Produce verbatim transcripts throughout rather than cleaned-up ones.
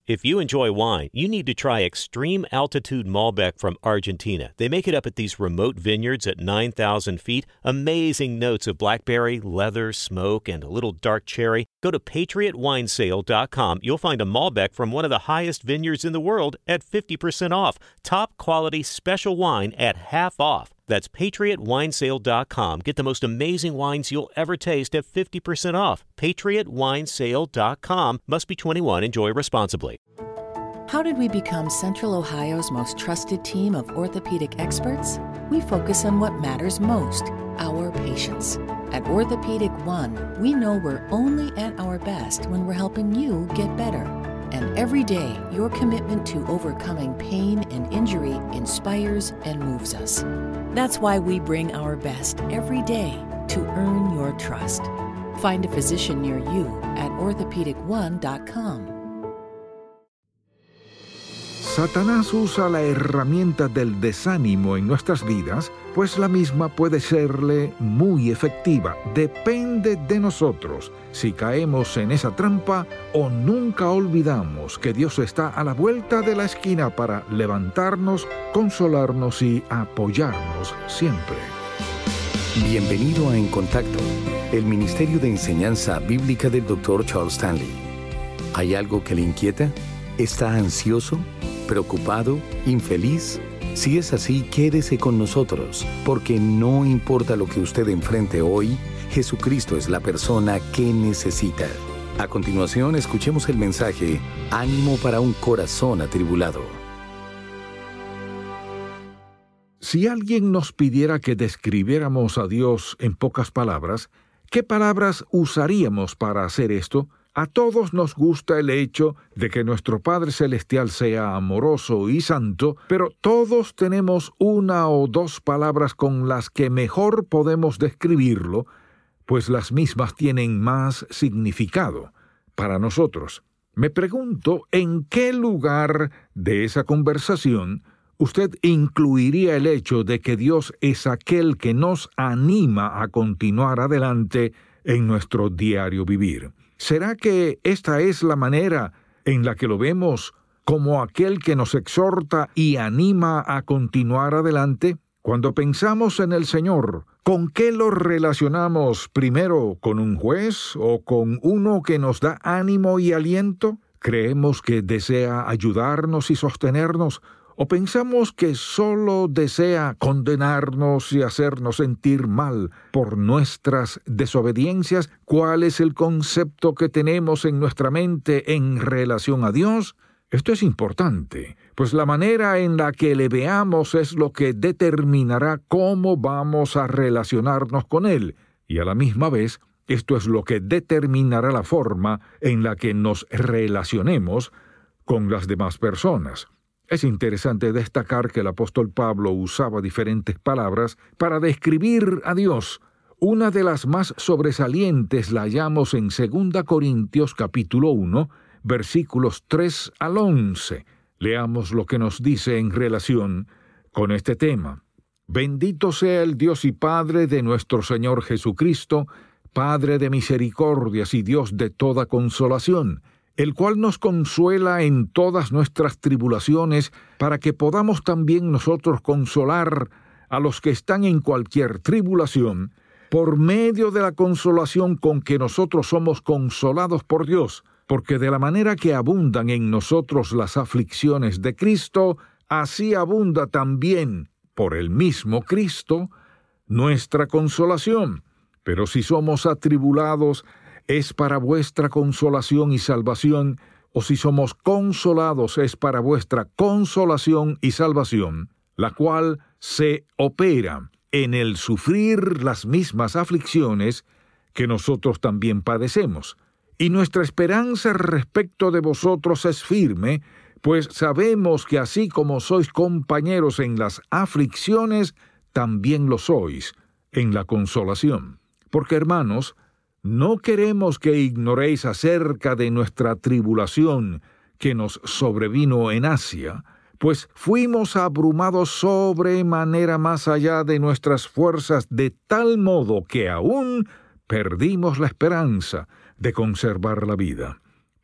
If you enjoy wine, you need to try Extreme Altitude Malbec from Argentina. They make it up at these remote vineyards at nine thousand feet. Amazing notes of blackberry, leather, smoke, and a little dark cherry. Go to patriot wine sale dot com. You'll find a Malbec from one of the highest vineyards in the world at fifty percent off. Top quality special wine at half off. That's patriot wine sale dot com. Get the most amazing wines you'll ever taste at fifty percent off. patriot wine sale dot com. Must be twenty-one. Enjoy responsibly. How did we become Central Ohio's most trusted team of orthopedic experts? We focus on what matters most, our patients. At Orthopedic One, we know we're only at our best when we're helping you get better. And every day, your commitment to overcoming pain and injury inspires and moves us. That's why we bring our best every day to earn your trust. Find a physician near you at orthopedic one dot com. Satanás usa la herramienta del desánimo en nuestras vidas, pues la misma puede serle muy efectiva. Depende de nosotros si caemos en esa trampa o nunca olvidamos que Dios está a la vuelta de la esquina para levantarnos, consolarnos y apoyarnos siempre. Bienvenido a En Contacto, el Ministerio de Enseñanza Bíblica del doctor Charles Stanley. ¿Hay algo que le inquieta? ¿Está ansioso? ¿Preocupado? ¿Infeliz? Si es así, quédese con nosotros, porque no importa lo que usted enfrente hoy, Jesucristo es la persona que necesita. A continuación, escuchemos el mensaje Ánimo para un corazón atribulado. Si alguien nos pidiera que describiéramos a Dios en pocas palabras, ¿qué palabras usaríamos para hacer esto? A todos nos gusta el hecho de que nuestro Padre Celestial sea amoroso y santo, pero todos tenemos una o dos palabras con las que mejor podemos describirlo, pues las mismas tienen más significado para nosotros. Me pregunto en qué lugar de esa conversación usted incluiría el hecho de que Dios es aquel que nos anima a continuar adelante en nuestro diario vivir. ¿Será que esta es la manera en la que lo vemos como aquel que nos exhorta y anima a continuar adelante? Cuando pensamos en el Señor, ¿con qué lo relacionamos primero? ¿Con un juez o con uno que nos da ánimo y aliento? ¿Creemos que desea ayudarnos y sostenernos? ¿O pensamos que solo desea condenarnos y hacernos sentir mal por nuestras desobediencias? ¿Cuál es el concepto que tenemos en nuestra mente en relación a Dios? Esto es importante, pues la manera en la que le veamos es lo que determinará cómo vamos a relacionarnos con Él, y a la misma vez, esto es lo que determinará la forma en la que nos relacionemos con las demás personas. Es interesante destacar que el apóstol Pablo usaba diferentes palabras para describir a Dios. Una de las más sobresalientes la hallamos en segunda Corintios capítulo uno, versículos tres al once. Leamos lo que nos dice en relación con este tema. Bendito sea el Dios y Padre de nuestro Señor Jesucristo, Padre de misericordias y Dios de toda consolación, el cual nos consuela en todas nuestras tribulaciones, para que podamos también nosotros consolar a los que están en cualquier tribulación, por medio de la consolación con que nosotros somos consolados por Dios, porque de la manera que abundan en nosotros las aflicciones de Cristo, así abunda también, por el mismo Cristo, nuestra consolación. Pero si somos atribulados, es para vuestra consolación y salvación, o si somos consolados, es para vuestra consolación y salvación, la cual se opera en el sufrir las mismas aflicciones que nosotros también padecemos. Y nuestra esperanza respecto de vosotros es firme, pues sabemos que así como sois compañeros en las aflicciones, también lo sois en la consolación. Porque, hermanos, no queremos que ignoréis acerca de nuestra tribulación que nos sobrevino en Asia, pues fuimos abrumados sobremanera más allá de nuestras fuerzas, de tal modo que aún perdimos la esperanza de conservar la vida.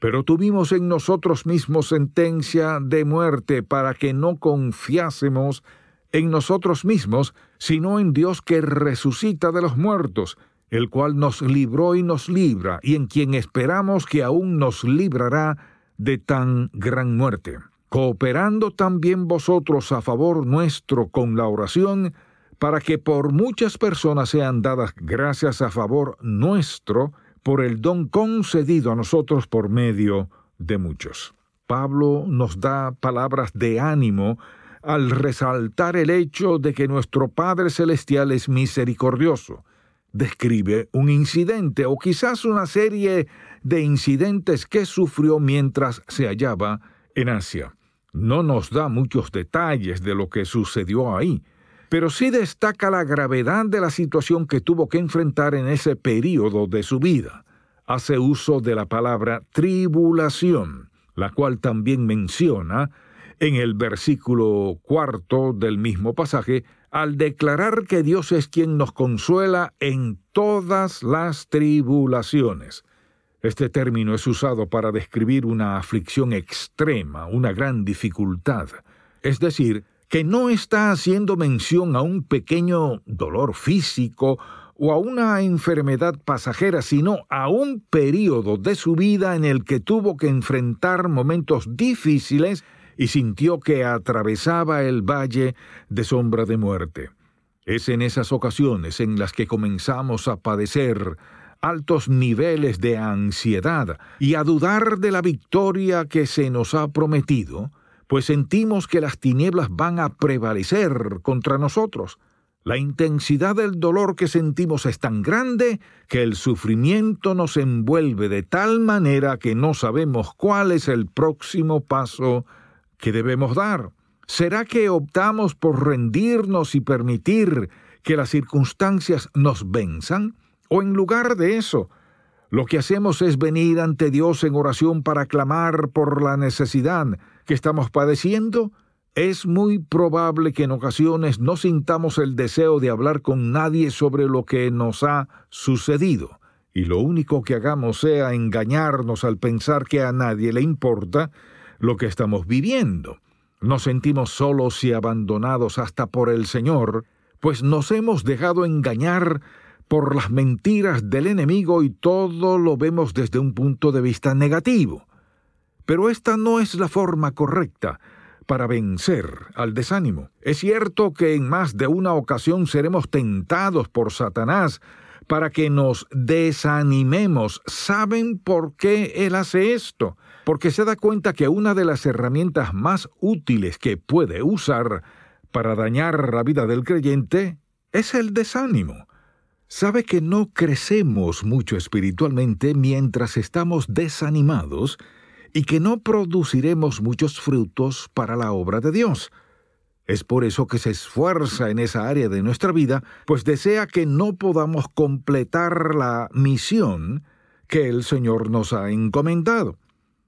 Pero tuvimos en nosotros mismos sentencia de muerte para que no confiásemos en nosotros mismos, sino en Dios que resucita de los muertos, el cual nos libró y nos libra, y en quien esperamos que aún nos librará de tan gran muerte, cooperando también vosotros a favor nuestro con la oración, para que por muchas personas sean dadas gracias a favor nuestro, por el don concedido a nosotros por medio de muchos. Pablo nos da palabras de ánimo al resaltar el hecho de que nuestro Padre Celestial es misericordioso. Describe un incidente o quizás una serie de incidentes que sufrió mientras se hallaba en Asia. No nos da muchos detalles de lo que sucedió ahí, pero sí destaca la gravedad de la situación que tuvo que enfrentar en ese período de su vida. Hace uso de la palabra tribulación, la cual también menciona en el versículo cuarto del mismo pasaje, al declarar que Dios es quien nos consuela en todas las tribulaciones. Este término es usado para describir una aflicción extrema, una gran dificultad. Es decir, que no está haciendo mención a un pequeño dolor físico o a una enfermedad pasajera, sino a un período de su vida en el que tuvo que enfrentar momentos difíciles y sintió que atravesaba el valle de sombra de muerte. Es en esas ocasiones en las que comenzamos a padecer altos niveles de ansiedad y a dudar de la victoria que se nos ha prometido, pues sentimos que las tinieblas van a prevalecer contra nosotros. La intensidad del dolor que sentimos es tan grande que el sufrimiento nos envuelve de tal manera que no sabemos cuál es el próximo paso que debemos dar. ¿Será que optamos por rendirnos y permitir que las circunstancias nos venzan? ¿O en lugar de eso, lo que hacemos es venir ante Dios en oración para clamar por la necesidad que estamos padeciendo? Es muy probable que en ocasiones no sintamos el deseo de hablar con nadie sobre lo que nos ha sucedido, y lo único que hagamos sea engañarnos al pensar que a nadie le importa lo que estamos viviendo. Nos sentimos solos y abandonados hasta por el Señor, pues nos hemos dejado engañar por las mentiras del enemigo y todo lo vemos desde un punto de vista negativo. Pero esta no es la forma correcta para vencer al desánimo. Es cierto que en más de una ocasión seremos tentados por Satanás para que nos desanimemos. ¿Saben por qué él hace esto? Porque se da cuenta que una de las herramientas más útiles que puede usar para dañar la vida del creyente es el desánimo. Sabe que no crecemos mucho espiritualmente mientras estamos desanimados y que no produciremos muchos frutos para la obra de Dios. Es por eso que se esfuerza en esa área de nuestra vida, pues desea que no podamos completar la misión que el Señor nos ha encomendado.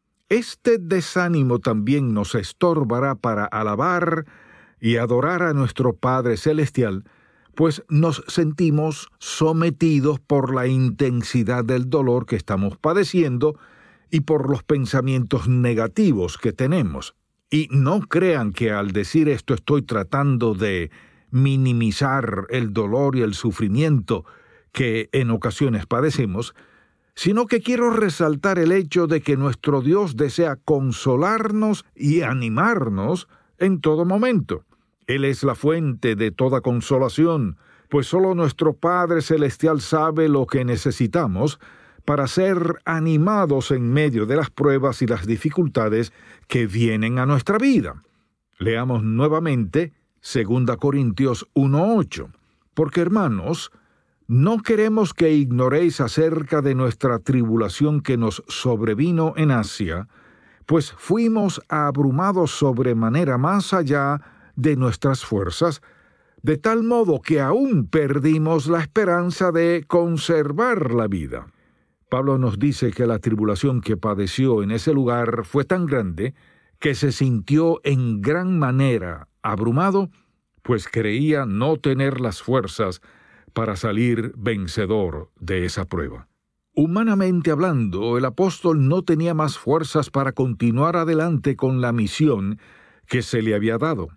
Este desánimo también nos estorbará para alabar y adorar a nuestro Padre Celestial, pues nos sentimos sometidos por la intensidad del dolor que estamos padeciendo y por los pensamientos negativos que tenemos. Y no crean que al decir esto estoy tratando de minimizar el dolor y el sufrimiento que en ocasiones padecemos, sino que quiero resaltar el hecho de que nuestro Dios desea consolarnos y animarnos en todo momento. Él es la fuente de toda consolación, pues solo nuestro Padre Celestial sabe lo que necesitamos para ser animados en medio de las pruebas y las dificultades que vienen a nuestra vida. Leamos nuevamente Segunda Corintios uno ocho. Porque, hermanos, no queremos que ignoréis acerca de nuestra tribulación que nos sobrevino en Asia, pues fuimos abrumados sobremanera más allá de nuestras fuerzas, de tal modo que aún perdimos la esperanza de conservar la vida. Pablo nos dice que la tribulación que padeció en ese lugar fue tan grande que se sintió en gran manera abrumado, pues creía no tener las fuerzas para salir vencedor de esa prueba. Humanamente hablando, el apóstol no tenía más fuerzas para continuar adelante con la misión que se le había dado.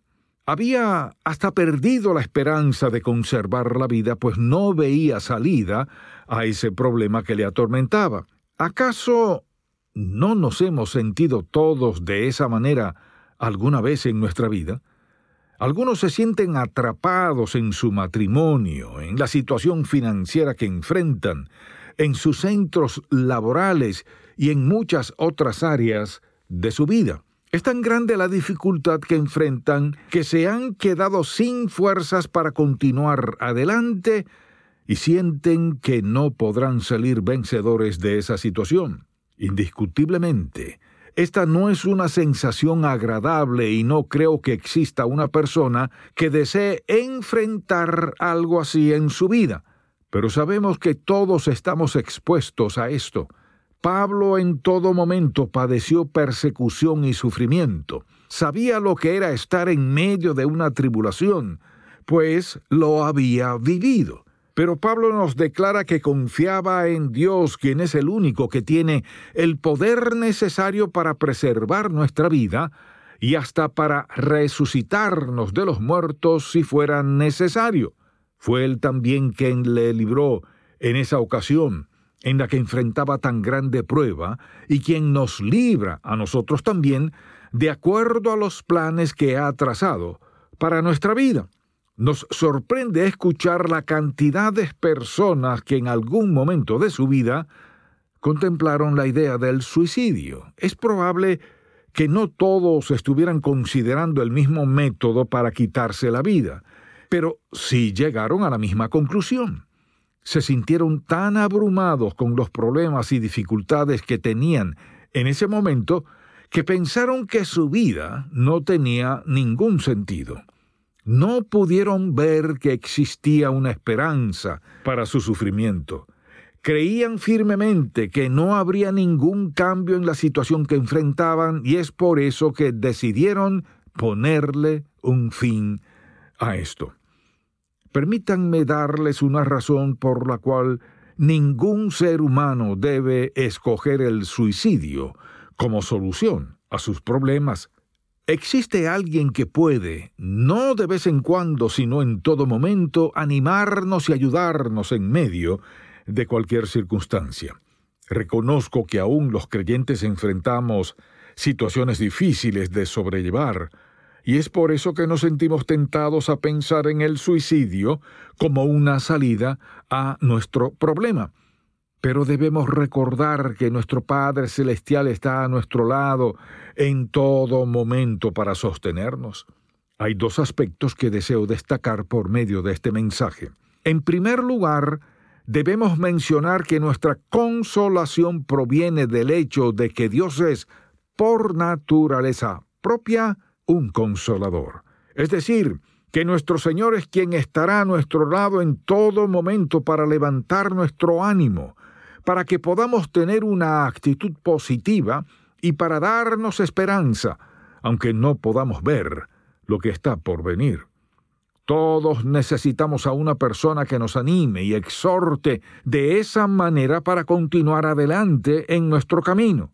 Había hasta perdido la esperanza de conservar la vida, pues no veía salida a ese problema que le atormentaba. ¿Acaso no nos hemos sentido todos de esa manera alguna vez en nuestra vida? Algunos se sienten atrapados en su matrimonio, en la situación financiera que enfrentan, en sus centros laborales y en muchas otras áreas de su vida. Es tan grande la dificultad que enfrentan que se han quedado sin fuerzas para continuar adelante y sienten que no podrán salir vencedores de esa situación. Indiscutiblemente, esta no es una sensación agradable y no creo que exista una persona que desee enfrentar algo así en su vida. Pero sabemos que todos estamos expuestos a esto. Pablo en todo momento padeció persecución y sufrimiento. Sabía lo que era estar en medio de una tribulación, pues lo había vivido. Pero Pablo nos declara que confiaba en Dios, quien es el único que tiene el poder necesario para preservar nuestra vida y hasta para resucitarnos de los muertos si fuera necesario. Fue Él también quien le libró en esa ocasión en la que enfrentaba tan grande prueba y quien nos libra a nosotros también de acuerdo a los planes que ha trazado para nuestra vida. Nos sorprende escuchar la cantidad de personas que en algún momento de su vida contemplaron la idea del suicidio. Es probable que no todos estuvieran considerando el mismo método para quitarse la vida, pero sí llegaron a la misma conclusión. Se sintieron tan abrumados con los problemas y dificultades que tenían en ese momento que pensaron que su vida no tenía ningún sentido. No pudieron ver que existía una esperanza para su sufrimiento. Creían firmemente que no habría ningún cambio en la situación que enfrentaban y es por eso que decidieron ponerle un fin a esto. Permítanme darles una razón por la cual ningún ser humano debe escoger el suicidio como solución a sus problemas. Existe alguien que puede, no de vez en cuando, sino en todo momento, animarnos y ayudarnos en medio de cualquier circunstancia. Reconozco que aún los creyentes enfrentamos situaciones difíciles de sobrellevar, y es por eso que nos sentimos tentados a pensar en el suicidio como una salida a nuestro problema. Pero debemos recordar que nuestro Padre Celestial está a nuestro lado en todo momento para sostenernos. Hay dos aspectos que deseo destacar por medio de este mensaje. En primer lugar, debemos mencionar que nuestra consolación proviene del hecho de que Dios es, por naturaleza propia, un consolador. Es decir, que nuestro Señor es quien estará a nuestro lado en todo momento para levantar nuestro ánimo, para que podamos tener una actitud positiva y para darnos esperanza, aunque no podamos ver lo que está por venir. Todos necesitamos a una persona que nos anime y exhorte de esa manera para continuar adelante en nuestro camino.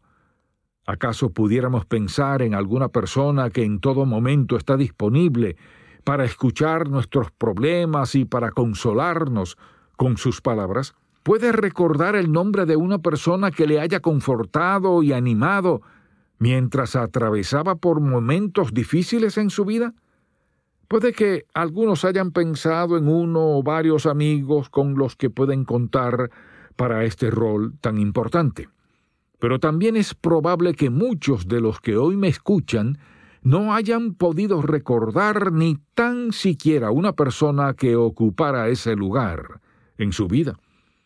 ¿Acaso pudiéramos pensar en alguna persona que en todo momento está disponible para escuchar nuestros problemas y para consolarnos con sus palabras? ¿Puede recordar el nombre de una persona que le haya confortado y animado mientras atravesaba por momentos difíciles en su vida? Puede que algunos hayan pensado en uno o varios amigos con los que pueden contar para este rol tan importante. Pero también es probable que muchos de los que hoy me escuchan no hayan podido recordar ni tan siquiera una persona que ocupara ese lugar en su vida.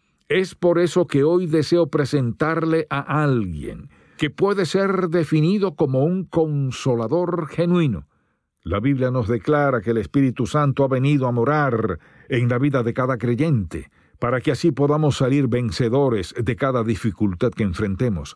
Es por eso que hoy deseo presentarle a alguien que puede ser definido como un consolador genuino. La Biblia nos declara que el Espíritu Santo ha venido a morar en la vida de cada creyente, para que así podamos salir vencedores de cada dificultad que enfrentemos.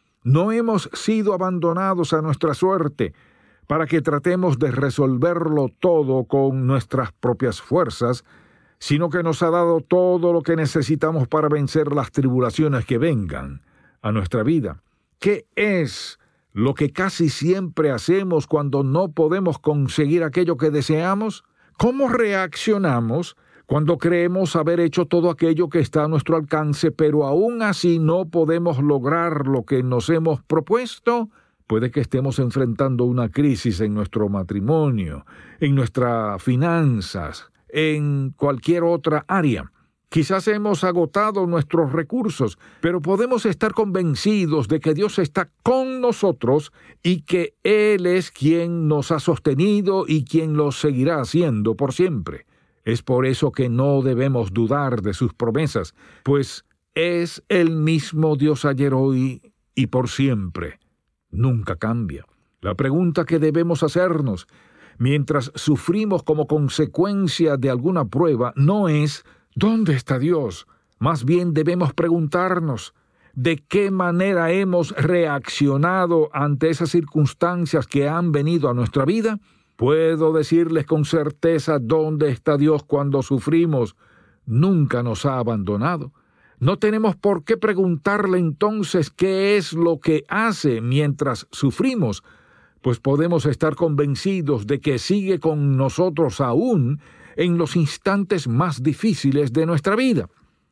No hemos sido abandonados a nuestra suerte para que tratemos de resolverlo todo con nuestras propias fuerzas, sino que nos ha dado todo lo que necesitamos para vencer las tribulaciones que vengan a nuestra vida. ¿Qué es lo que casi siempre hacemos cuando no podemos conseguir aquello que deseamos? ¿Cómo reaccionamos cuando creemos haber hecho todo aquello que está a nuestro alcance, pero aún así no podemos lograr lo que nos hemos propuesto? Puede que estemos enfrentando una crisis en nuestro matrimonio, en nuestras finanzas, en cualquier otra área. Quizás hemos agotado nuestros recursos, pero podemos estar convencidos de que Dios está con nosotros y que Él es quien nos ha sostenido y quien lo seguirá haciendo por siempre. Es por eso que no debemos dudar de sus promesas, pues es el mismo Dios ayer, hoy y por siempre. Nunca cambia. La pregunta que debemos hacernos mientras sufrimos como consecuencia de alguna prueba no es ¿dónde está Dios? Más bien debemos preguntarnos ¿de qué manera hemos reaccionado ante esas circunstancias que han venido a nuestra vida? Puedo decirles con certeza dónde está Dios cuando sufrimos. Nunca nos ha abandonado. No tenemos por qué preguntarle entonces qué es lo que hace mientras sufrimos, pues podemos estar convencidos de que sigue con nosotros aún en los instantes más difíciles de nuestra vida.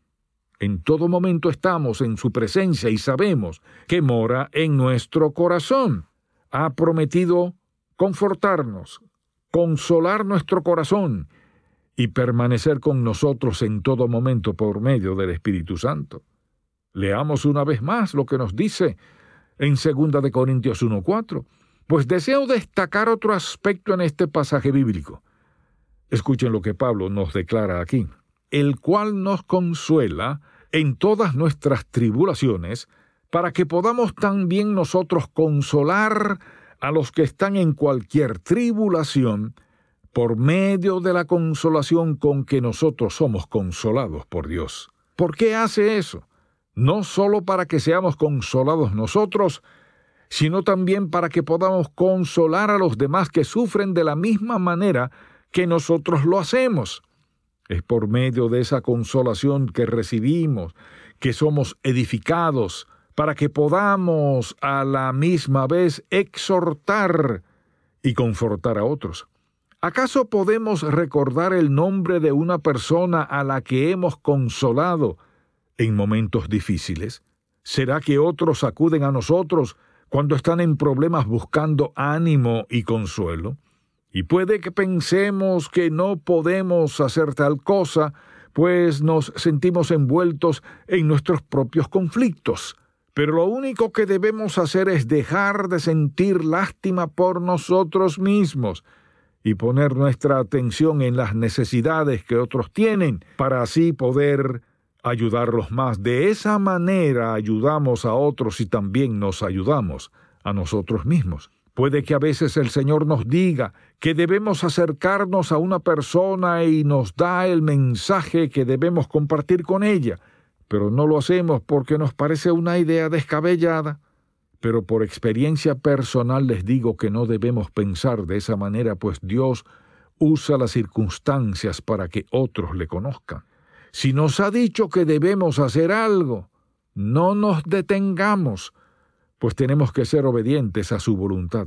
En todo momento estamos en su presencia y sabemos que mora en nuestro corazón. Ha prometido confortarnos, consolar nuestro corazón y permanecer con nosotros en todo momento por medio del Espíritu Santo. Leamos una vez más lo que nos dice en segunda de Corintios uno cuatro. Pues deseo destacar otro aspecto en este pasaje bíblico. Escuchen lo que Pablo nos declara aquí. El cual nos consuela en todas nuestras tribulaciones, para que podamos también nosotros consolar a los que están en cualquier tribulación, por medio de la consolación con que nosotros somos consolados por Dios. ¿Por qué hace eso? No solo para que seamos consolados nosotros, sino también para que podamos consolar a los demás que sufren de la misma manera que nosotros lo hacemos. Es por medio de esa consolación que recibimos, que somos edificados, para que podamos a la misma vez exhortar y confortar a otros. ¿Acaso podemos recordar el nombre de una persona a la que hemos consolado en momentos difíciles? ¿Será que otros acuden a nosotros cuando están en problemas buscando ánimo y consuelo? Y puede que pensemos que no podemos hacer tal cosa, pues nos sentimos envueltos en nuestros propios conflictos. Pero lo único que debemos hacer es dejar de sentir lástima por nosotros mismos y poner nuestra atención en las necesidades que otros tienen, para así poder ayudarlos más. De esa manera ayudamos a otros y también nos ayudamos a nosotros mismos. Puede que a veces el Señor nos diga que debemos acercarnos a una persona y nos da el mensaje que debemos compartir con ella, pero no lo hacemos porque nos parece una idea descabellada. Pero por experiencia personal les digo que no debemos pensar de esa manera, pues Dios usa las circunstancias para que otros le conozcan. Si nos ha dicho que debemos hacer algo, no nos detengamos, pues tenemos que ser obedientes a su voluntad.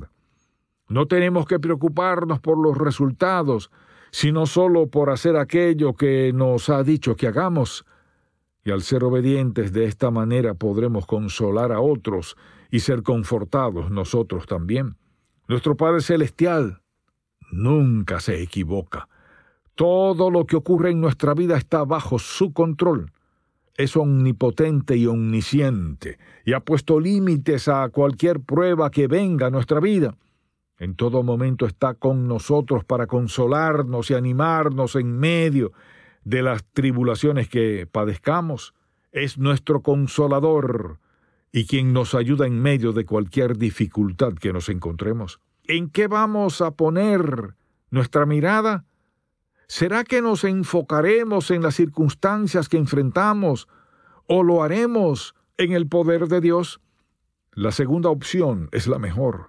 No tenemos que preocuparnos por los resultados, sino solo por hacer aquello que nos ha dicho que hagamos. Y al ser obedientes de esta manera podremos consolar a otros y ser confortados nosotros también. Nuestro Padre Celestial nunca se equivoca. Todo lo que ocurre en nuestra vida está bajo su control. Es omnipotente y omnisciente, y ha puesto límites a cualquier prueba que venga a nuestra vida. En todo momento está con nosotros para consolarnos y animarnos en medio de las tribulaciones que padezcamos. Es nuestro consolador y quien nos ayuda en medio de cualquier dificultad que nos encontremos. ¿En qué vamos a poner nuestra mirada? ¿Será que nos enfocaremos en las circunstancias que enfrentamos o lo haremos en el poder de Dios? La segunda opción es la mejor,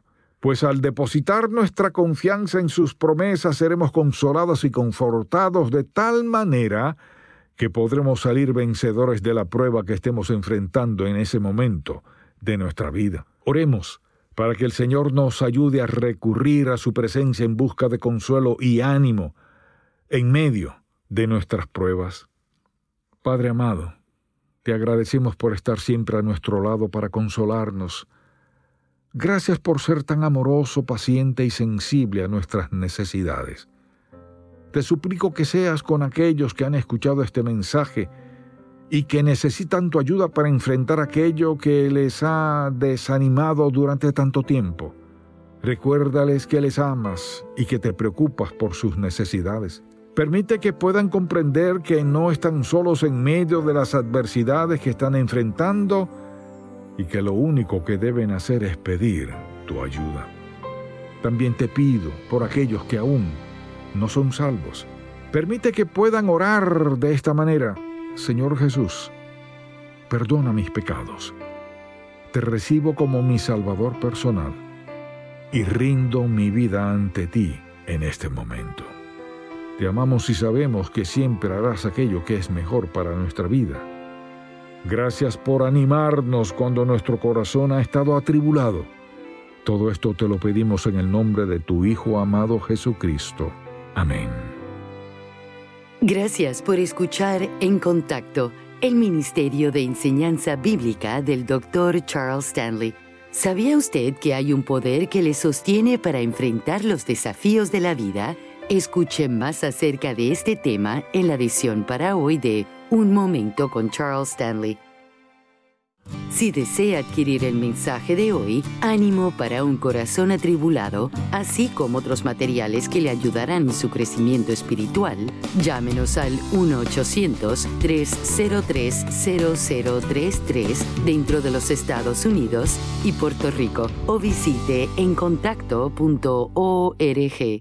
pues al depositar nuestra confianza en sus promesas seremos consolados y confortados de tal manera que podremos salir vencedores de la prueba que estemos enfrentando en ese momento de nuestra vida. Oremos para que el Señor nos ayude a recurrir a su presencia en busca de consuelo y ánimo en medio de nuestras pruebas. Padre amado, te agradecemos por estar siempre a nuestro lado para consolarnos. Gracias por ser tan amoroso, paciente y sensible a nuestras necesidades. Te suplico que seas con aquellos que han escuchado este mensaje y que necesitan tu ayuda para enfrentar aquello que les ha desanimado durante tanto tiempo. Recuérdales que les amas y que te preocupas por sus necesidades. Permite que puedan comprender que no están solos en medio de las adversidades que están enfrentando y que lo único que deben hacer es pedir tu ayuda. También te pido por aquellos que aún no son salvos. Permite que puedan orar de esta manera. Señor Jesús, perdona mis pecados. Te recibo como mi Salvador personal y rindo mi vida ante ti en este momento. Te amamos y sabemos que siempre harás aquello que es mejor para nuestra vida. Gracias por animarnos cuando nuestro corazón ha estado atribulado. Todo esto te lo pedimos en el nombre de tu Hijo amado Jesucristo. Amén. Gracias por escuchar En Contacto, el Ministerio de Enseñanza Bíblica del doctor Charles Stanley. ¿Sabía usted que hay un poder que le sostiene para enfrentar los desafíos de la vida? Escuche más acerca de este tema en la edición para hoy de Un Momento con Charles Stanley. Si desea adquirir el mensaje de hoy, Ánimo para un corazón atribulado, así como otros materiales que le ayudarán en su crecimiento espiritual, llámenos al uno ochocientos, tres cero tres, cero cero tres tres dentro de los Estados Unidos y Puerto Rico o visite en contacto punto org.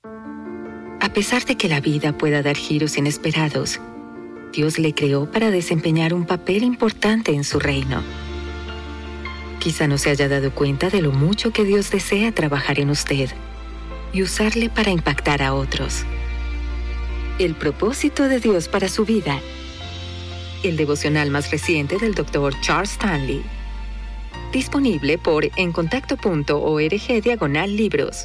A pesar de que la vida pueda dar giros inesperados, Dios le creó para desempeñar un papel importante en su reino. Quizá no se haya dado cuenta de lo mucho que Dios desea trabajar en usted y usarle para impactar a otros. El propósito de Dios para su vida. El devocional más reciente del doctor Charles Stanley. Disponible por en contacto punto org diagonal libros.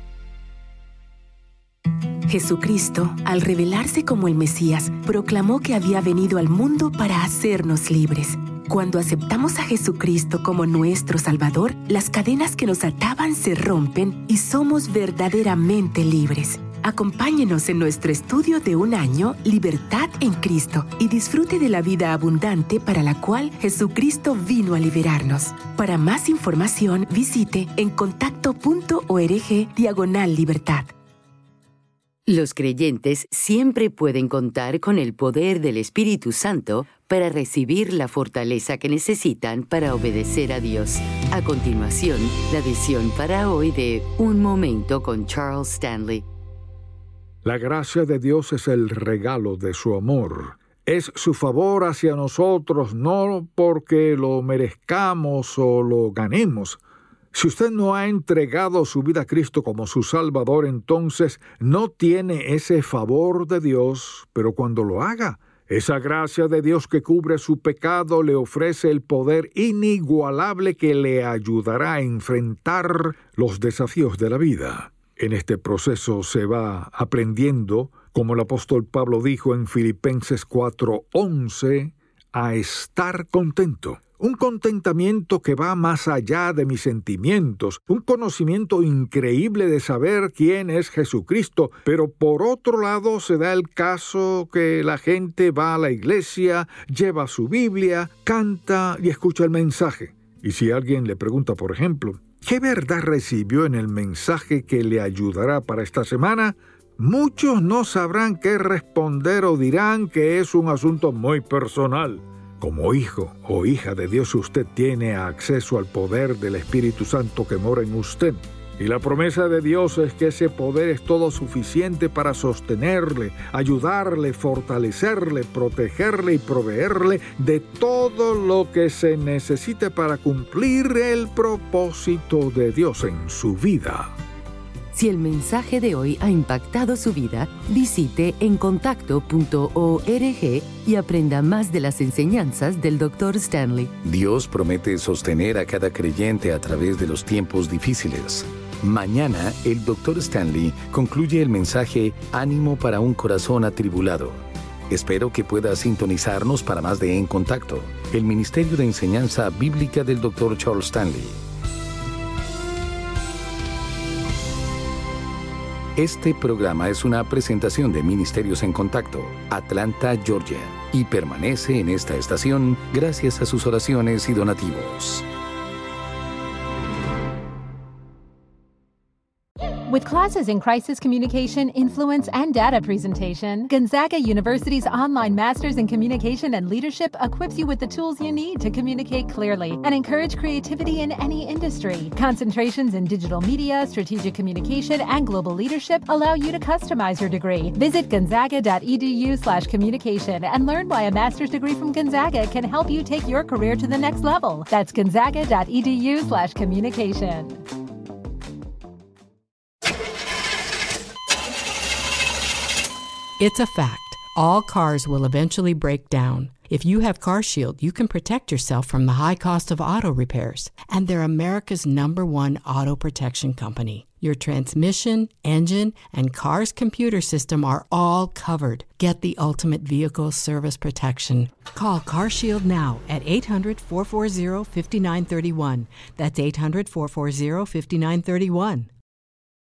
Jesucristo, al revelarse como el Mesías, proclamó que había venido al mundo para hacernos libres. Cuando aceptamos a Jesucristo como nuestro Salvador, las cadenas que nos ataban se rompen y somos verdaderamente libres. Acompáñenos en nuestro estudio de un año, Libertad en Cristo, y disfrute de la vida abundante para la cual Jesucristo vino a liberarnos. Para más información, visite en contacto punto org diagonal libertad. Los creyentes siempre pueden contar con el poder del Espíritu Santo para recibir la fortaleza que necesitan para obedecer a Dios. A continuación, la edición para hoy de Un Momento con Charles Stanley. La gracia de Dios es el regalo de su amor. Es su favor hacia nosotros, no porque lo merezcamos o lo ganemos. Si usted no ha entregado su vida a Cristo como su Salvador, entonces no tiene ese favor de Dios, pero cuando lo haga, esa gracia de Dios que cubre su pecado le ofrece el poder inigualable que le ayudará a enfrentar los desafíos de la vida. En este proceso se va aprendiendo, como el apóstol Pablo dijo en Filipenses cuatro once, a estar contento. Un contentamiento que va más allá de mis sentimientos, un conocimiento increíble de saber quién es Jesucristo, pero por otro lado se da el caso que la gente va a la iglesia, lleva su Biblia, canta y escucha el mensaje. Y si alguien le pregunta, por ejemplo, ¿qué verdad recibió en el mensaje que le ayudará para esta semana? Muchos no sabrán qué responder o dirán que es un asunto muy personal. Como hijo o hija de Dios, usted tiene acceso al poder del Espíritu Santo que mora en usted. Y la promesa de Dios es que ese poder es todo suficiente para sostenerle, ayudarle, fortalecerle, protegerle y proveerle de todo lo que se necesite para cumplir el propósito de Dios en su vida. Si el mensaje de hoy ha impactado su vida, visite encontacto punto org y aprenda más de las enseñanzas del doctor Stanley. Dios promete sostener a cada creyente a través de los tiempos difíciles. Mañana, el doctor Stanley concluye el mensaje Ánimo para un corazón atribulado. Espero que pueda sintonizarnos para más de En Contacto, el Ministerio de Enseñanza Bíblica del doctor Charles Stanley. Este programa es una presentación de Ministerios en Contacto, Atlanta, Georgia, y permanece en esta estación gracias a sus oraciones y donativos. With classes in crisis communication, influence, and data presentation, Gonzaga University's online Masters in Communication and Leadership equips you with the tools you need to communicate clearly and encourage creativity in any industry. Concentrations in digital media, strategic communication, and global leadership allow you to customize your degree. Visit gonzaga.edu slash communication and learn why a master's degree from Gonzaga can help you take your career to the next level. That's gonzaga.edu slash communication. It's a fact. All cars will eventually break down. If you have CarShield, you can protect yourself from the high cost of auto repairs. And they're America's number one auto protection company. Your transmission, engine, and car's computer system are all covered. Get the ultimate vehicle service protection. Call CarShield now at eight hundred, four four zero, five nine three one. That's eight hundred, four four zero, five nine three one.